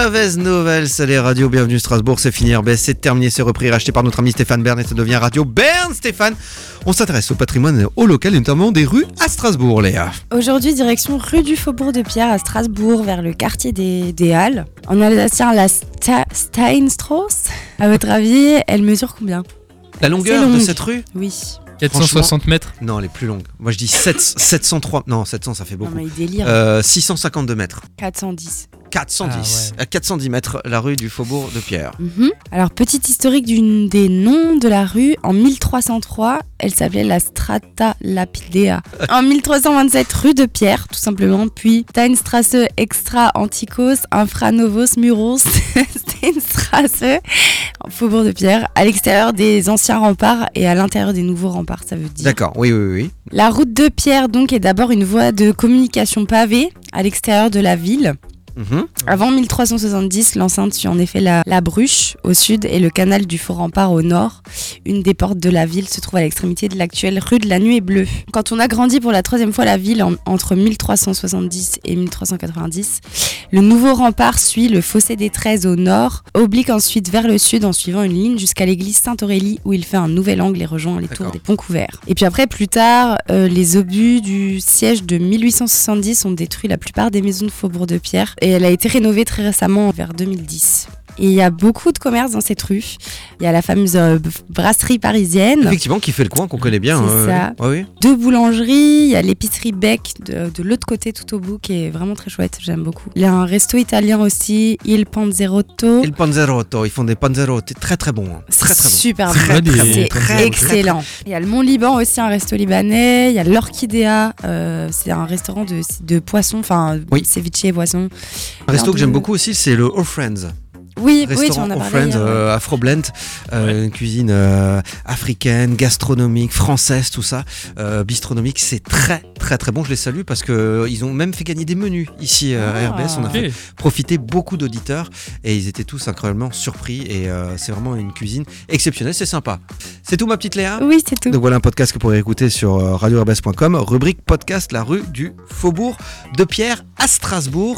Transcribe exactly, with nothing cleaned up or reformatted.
Mauvaise nouvelle, c'est les radios. Bienvenue Strasbourg, c'est fini. R B S, c'est terminé, c'est repris, racheté par notre ami Stéphane Bern et ça devient Radio Bern. Stéphane, on s'intéresse au patrimoine au local et notamment des rues à Strasbourg, Léa. Aujourd'hui, direction rue du Faubourg de Pierre à Strasbourg, vers le quartier des, des Halles. En alsacien, la Sta- Steinstrasse. À votre avis, elle mesure combien ? La longueur de cette rue ? Oui. quatre cent soixante mètres. Non, elle est plus longue. Moi je dis sept, sept cent trois. Non, sept cents ça fait beaucoup. Non, mais il délire. Euh, six cent cinquante-deux mètres. quatre cent dix. quatre cent dix. Ah ouais. À quatre cent dix mètres, la rue du Faubourg de Pierre. Mm-hmm. Alors, petite historique d'une des noms de la rue. En mille trois cent trois, elle s'appelait la Strata Lapidea. En mille trois cent vingt-sept, rue de Pierre, tout simplement. Puis, Steinstrasse Extra Antikos Infranovos Muros Steinstrasse, Faubourg de Pierre, à l'extérieur des anciens remparts et à l'intérieur des nouveaux remparts, ça veut dire. D'accord, oui, oui, oui. La route de Pierre, donc, est d'abord une voie de communication pavée à l'extérieur de la ville. Mhm. Avant mille trois cent soixante-dix, l'enceinte suit en effet la, la Bruche au sud et le canal du Faux Rempart au nord. Une des portes de la ville se trouve à l'extrémité de l'actuelle rue de la Nuée Bleue. Quand on agrandit pour la troisième fois la ville en, entre mille trois cent soixante-dix et mille trois cent quatre-vingt-dix, le nouveau rempart suit le fossé des treize au nord, oblique ensuite vers le sud en suivant une ligne jusqu'à l'église Sainte-Aurélie où il fait un nouvel angle et rejoint les D'accord. tours des ponts couverts. Et puis après, plus tard, euh, les obus du siège de mille huit cent soixante-dix ont détruit la plupart des maisons de Faubourg de Pierre et elle a été rénovée très récemment vers deux mille dix. Et il y a beaucoup de commerces dans cette rue. Il y a la fameuse euh, brasserie parisienne. Effectivement, qui fait le coin, qu'on connaît bien. C'est euh, ça. Ouais, oui. Deux boulangeries, il y a l'épicerie Beck de, de l'autre côté tout au bout qui est vraiment très chouette, j'aime beaucoup. Il y a un resto italien aussi, Il Panzerotto. Et le panzerotto, ils font des panzerotti très très bons. hein. Très très bons. Super Très, bon, très bon. c'est Très, excellent. Il y a le Mont Liban aussi, un resto libanais. Il y a l'Orchidea, euh, c'est un restaurant de, de poissons, enfin Oui. ceviche et poissons. Un resto Plein que j'aime de- beaucoup aussi, c'est le All Friends. Oui, oui, tu Restaurant en as All parlé. Friends, hier, ouais. euh, Afro Blend, euh, une cuisine euh, africaine, gastronomique, française, tout ça, euh, bistronomique, c'est très très très bon. Je les salue parce que euh, ils ont même fait gagner des menus ici euh, à Ah. R B S. On a fait Ok. profiter beaucoup d'auditeurs et ils étaient tous incroyablement surpris et euh, c'est vraiment une cuisine exceptionnelle. C'est sympa. C'est tout ma petite Léa. Oui, c'est tout. Donc voilà un podcast que vous pourrez écouter sur euh, radio r b s point com, rubrique podcast, la rue du Faubourg de Pierre à Strasbourg.